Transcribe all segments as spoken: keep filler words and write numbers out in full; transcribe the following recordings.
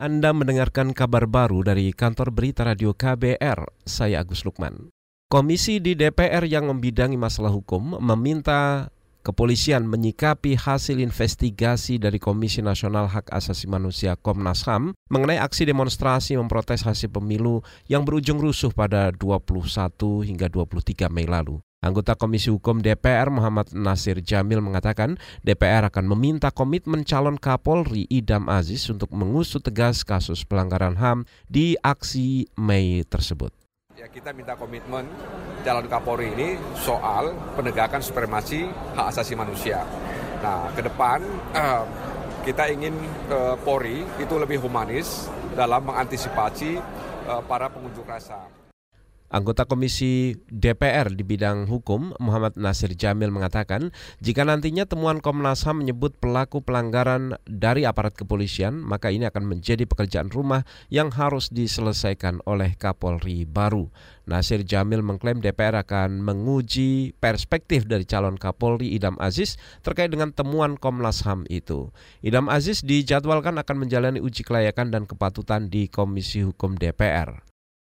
Anda mendengarkan kabar baru dari kantor berita radio K B R, saya Agus Lukman. Komisi di D P R yang membidangi masalah hukum meminta kepolisian menyikapi hasil investigasi dari Komisi Nasional Hak Asasi Manusia Komnas H A M mengenai aksi demonstrasi memprotes hasil pemilu yang berujung rusuh pada dua puluh satu hingga dua puluh tiga Mei lalu. Anggota Komisi Hukum D P R Muhammad Nasir Jamil mengatakan D P R akan meminta komitmen calon Kapolri Idam Aziz untuk mengusut tegas kasus pelanggaran H A M di aksi Mei tersebut. Ya, kita minta komitmen calon Kapolri ini soal penegakan supremasi hak asasi manusia. Nah, ke depan eh, kita ingin eh, Polri itu lebih humanis dalam mengantisipasi eh, para pengunjuk rasa. Anggota Komisi D P R di bidang hukum, Muhammad Nasir Jamil mengatakan, jika nantinya temuan Komnas H A M menyebut pelaku pelanggaran dari aparat kepolisian, maka ini akan menjadi pekerjaan rumah yang harus diselesaikan oleh Kapolri baru. Nasir Jamil mengklaim D P R akan menguji perspektif dari calon Kapolri Idam Aziz terkait dengan temuan Komnas H A M itu. Idam Aziz dijadwalkan akan menjalani uji kelayakan dan kepatutan di Komisi Hukum D P R.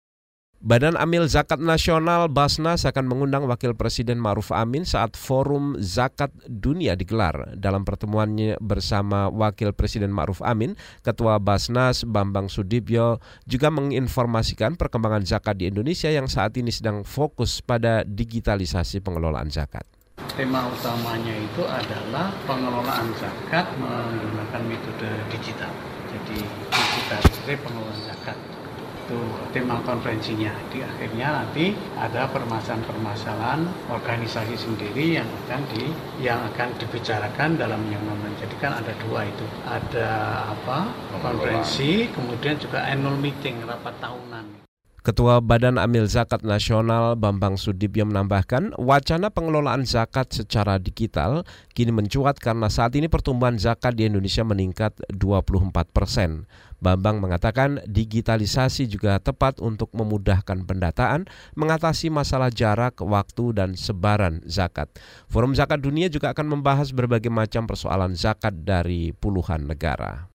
Badan Amil Zakat Nasional Basnas akan mengundang Wakil Presiden Ma'ruf Amin saat Forum Zakat Dunia digelar. Dalam pertemuannya bersama Wakil Presiden Ma'ruf Amin, Ketua Basnas Bambang Sudibyo juga menginformasikan perkembangan zakat di Indonesia yang saat ini sedang fokus pada digitalisasi pengelolaan zakat. Tema utamanya itu adalah pengelolaan zakat menggunakan metode digital. Jadi digitalisasi pengelolaan zakat. Itu tema konferensinya. Di akhirnya nanti ada permasalahan-permasalahan organisasi sendiri yang akan di yang akan dibicarakan dalam yang namanya. Jadi kan ada dua itu. Ada apa? Konferensi, kemudian juga annual meeting, rapat tahunan. Ketua Badan Amil Zakat Nasional Bambang Sudibyo menambahkan, wacana pengelolaan zakat secara digital kini mencuat karena saat ini pertumbuhan zakat di Indonesia meningkat dua puluh empat persen. Bambang mengatakan digitalisasi juga tepat untuk memudahkan pendataan, mengatasi masalah jarak, waktu, dan sebaran zakat. Forum Zakat Dunia juga akan membahas berbagai macam persoalan zakat dari puluhan negara.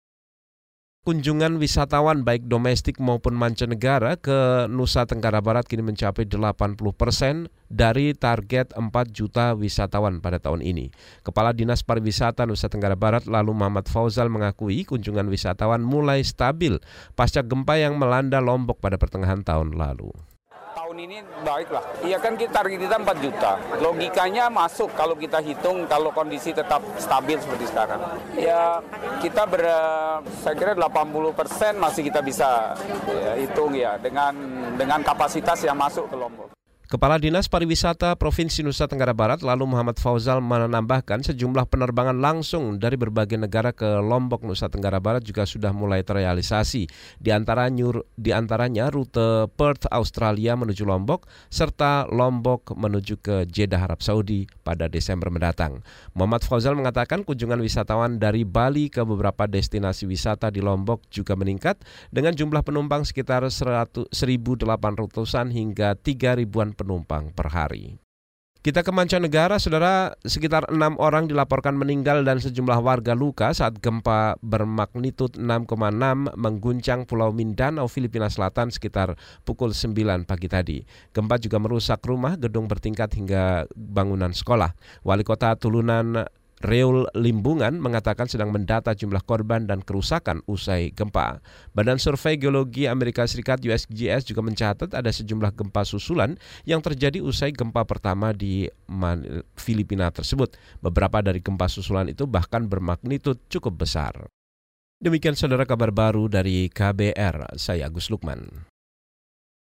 Kunjungan wisatawan baik domestik maupun mancanegara ke Nusa Tenggara Barat kini mencapai delapan puluh persen dari target empat juta wisatawan pada tahun ini. Kepala Dinas Pariwisata Nusa Tenggara Barat lalu Muhammad Fauzal mengakui kunjungan wisatawan mulai stabil pasca gempa yang melanda Lombok pada pertengahan tahun lalu. Tahun ini baiklah. Iya kan kita target kita empat juta. Logikanya masuk kalau kita hitung kalau kondisi tetap stabil seperti sekarang. Ya kita ber saya kira delapan puluh persen masih kita bisa ya, hitung ya dengan dengan kapasitas yang masuk ke Lombok. Kepala Dinas Pariwisata Provinsi Nusa Tenggara Barat lalu Muhammad Fauzal menambahkan sejumlah penerbangan langsung dari berbagai negara ke Lombok Nusa Tenggara Barat juga sudah mulai terrealisasi. Di antaranya, di antaranya rute Perth Australia menuju Lombok serta Lombok menuju ke Jeddah Arab Saudi pada Desember mendatang. Muhammad Fauzal mengatakan kunjungan wisatawan dari Bali ke beberapa destinasi wisata di Lombok juga meningkat dengan jumlah penumpang sekitar seribu delapan ratusan hingga tiga ribuan penumpang per hari. Kita ke mancanegara, saudara, sekitar enam orang dilaporkan meninggal dan sejumlah warga luka saat gempa bermagnitud enam koma enam mengguncang Pulau Mindanao, Filipina Selatan sekitar pukul sembilan pagi tadi. Gempa juga merusak rumah, gedung bertingkat hingga bangunan sekolah. Wali Kota Tulunan Reul Limbungan mengatakan sedang mendata jumlah korban dan kerusakan usai gempa. Badan Survei Geologi Amerika Serikat U S G S juga mencatat ada sejumlah gempa susulan yang terjadi usai gempa pertama di Man- Filipina tersebut. Beberapa dari gempa susulan itu bahkan bermagnitud cukup besar. Demikian saudara kabar baru dari K B R, saya Agus Lukman.